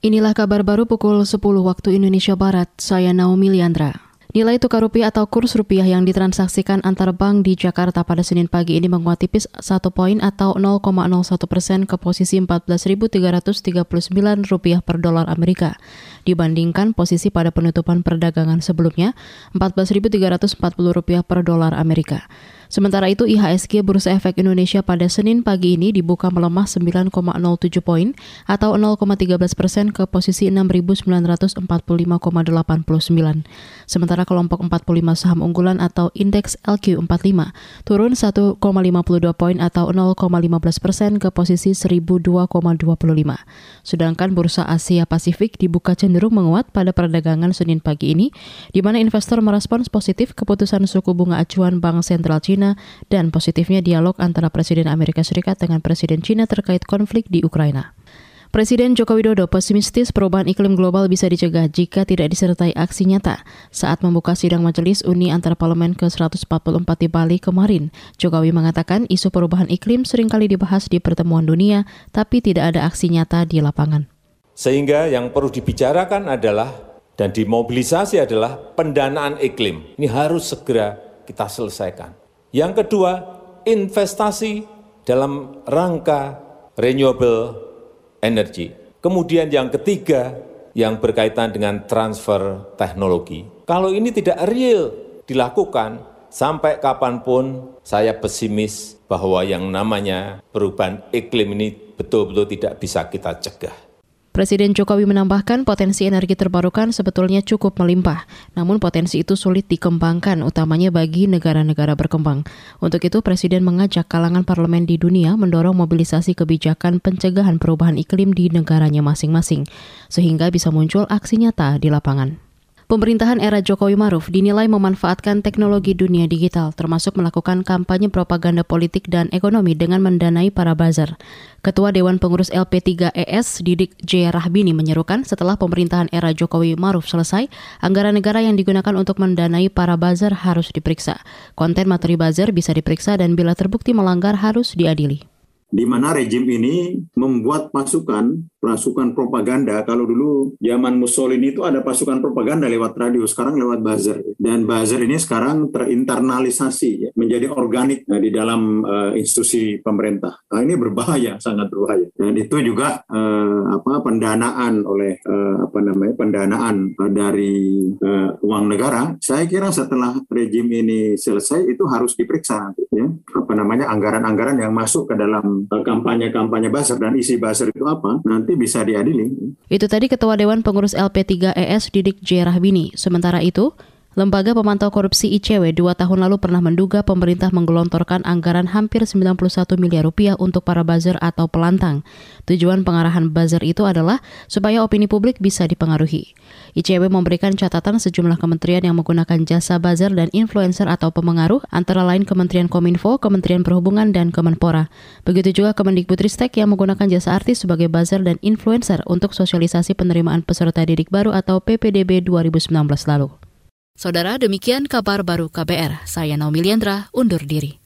Inilah kabar baru pukul 10 waktu Indonesia Barat, saya Naomi Liandra. Nilai tukar rupiah atau kurs rupiah yang ditransaksikan antar bank di Jakarta pada Senin pagi ini menguat tipis 1 poin atau 0,01% ke posisi Rp14.339 per dolar Amerika. Dibandingkan posisi pada penutupan perdagangan sebelumnya, Rp14.340 per dolar Amerika. Sementara itu, IHSG Bursa Efek Indonesia pada Senin pagi ini dibuka melemah 9,07 poin atau 0,13% ke posisi 6.945,89. Sementara kelompok 45 saham unggulan atau indeks LQ45 turun 1,52 poin atau 0,15% ke posisi 1.002,25. Sedangkan Bursa Asia Pasifik dibuka cenderung menguat pada perdagangan Senin pagi ini, di mana investor merespons positif keputusan suku bunga acuan Bank Sentral China dan positifnya dialog antara Presiden Amerika Serikat dengan Presiden China terkait konflik di Ukraina. Presiden Joko Widodo pesimistis perubahan iklim global bisa dicegah jika tidak disertai aksi nyata. Saat membuka sidang Majelis Uni Antarparlemen ke-144 di Bali kemarin, Jokowi mengatakan isu perubahan iklim seringkali dibahas di pertemuan dunia, tapi tidak ada aksi nyata di lapangan. Sehingga yang perlu dibicarakan adalah dan dimobilisasi adalah pendanaan iklim. Ini harus segera kita selesaikan. Yang kedua, investasi dalam rangka renewable energy. Kemudian yang ketiga, yang berkaitan dengan transfer teknologi. Kalau ini tidak real dilakukan, sampai kapanpun saya pesimis bahwa yang namanya perubahan iklim ini betul-betul tidak bisa kita cegah. Presiden Jokowi menambahkan potensi energi terbarukan sebetulnya cukup melimpah, namun potensi itu sulit dikembangkan, utamanya bagi negara-negara berkembang. Untuk itu, Presiden mengajak kalangan parlemen di dunia mendorong mobilisasi kebijakan pencegahan perubahan iklim di negaranya masing-masing, sehingga bisa muncul aksi nyata di lapangan. Pemerintahan era Jokowi Maruf dinilai memanfaatkan teknologi dunia digital, termasuk melakukan kampanye propaganda politik dan ekonomi dengan mendanai para buzzer. Ketua Dewan Pengurus LP3ES, Didik J. Rahbini menyerukan setelah pemerintahan era Jokowi Maruf selesai, anggaran negara yang digunakan untuk mendanai para buzzer harus diperiksa. Konten materi buzzer bisa diperiksa dan bila terbukti melanggar harus diadili. Di mana rejim ini membuat pasukan propaganda. Kalau dulu zaman Mussolini itu ada pasukan propaganda lewat radio, sekarang lewat buzzer. Dan buzzer ini sekarang terinternalisasi menjadi organik di dalam institusi pemerintah. Nah, ini berbahaya, sangat berbahaya. Dan itu juga pendanaan oleh pendanaan dari uang negara. Saya kira setelah rejim ini selesai itu harus diperiksa nanti, ya. Anggaran-anggaran yang masuk ke dalam kampanye-kampanye buzzer dan isi buzzer itu apa, nanti bisa diadili. Itu tadi Ketua Dewan Pengurus LP3ES Didik J. Rahbini. Sementara itu, Lembaga Pemantau Korupsi ICW 2 tahun lalu pernah menduga pemerintah menggelontorkan anggaran hampir 91 miliar rupiah untuk para buzzer atau pelantang. Tujuan pengarahan buzzer itu adalah supaya opini publik bisa dipengaruhi. ICW memberikan catatan sejumlah kementerian yang menggunakan jasa buzzer dan influencer atau pemengaruh, antara lain Kementerian Kominfo, Kementerian Perhubungan, dan Kemenpora. Begitu juga Kemendikbudristek yang menggunakan jasa artis sebagai buzzer dan influencer untuk sosialisasi penerimaan peserta didik baru atau PPDB 2019 lalu. Saudara, demikian kabar baru KBR. Saya Naomi Liandra, undur diri.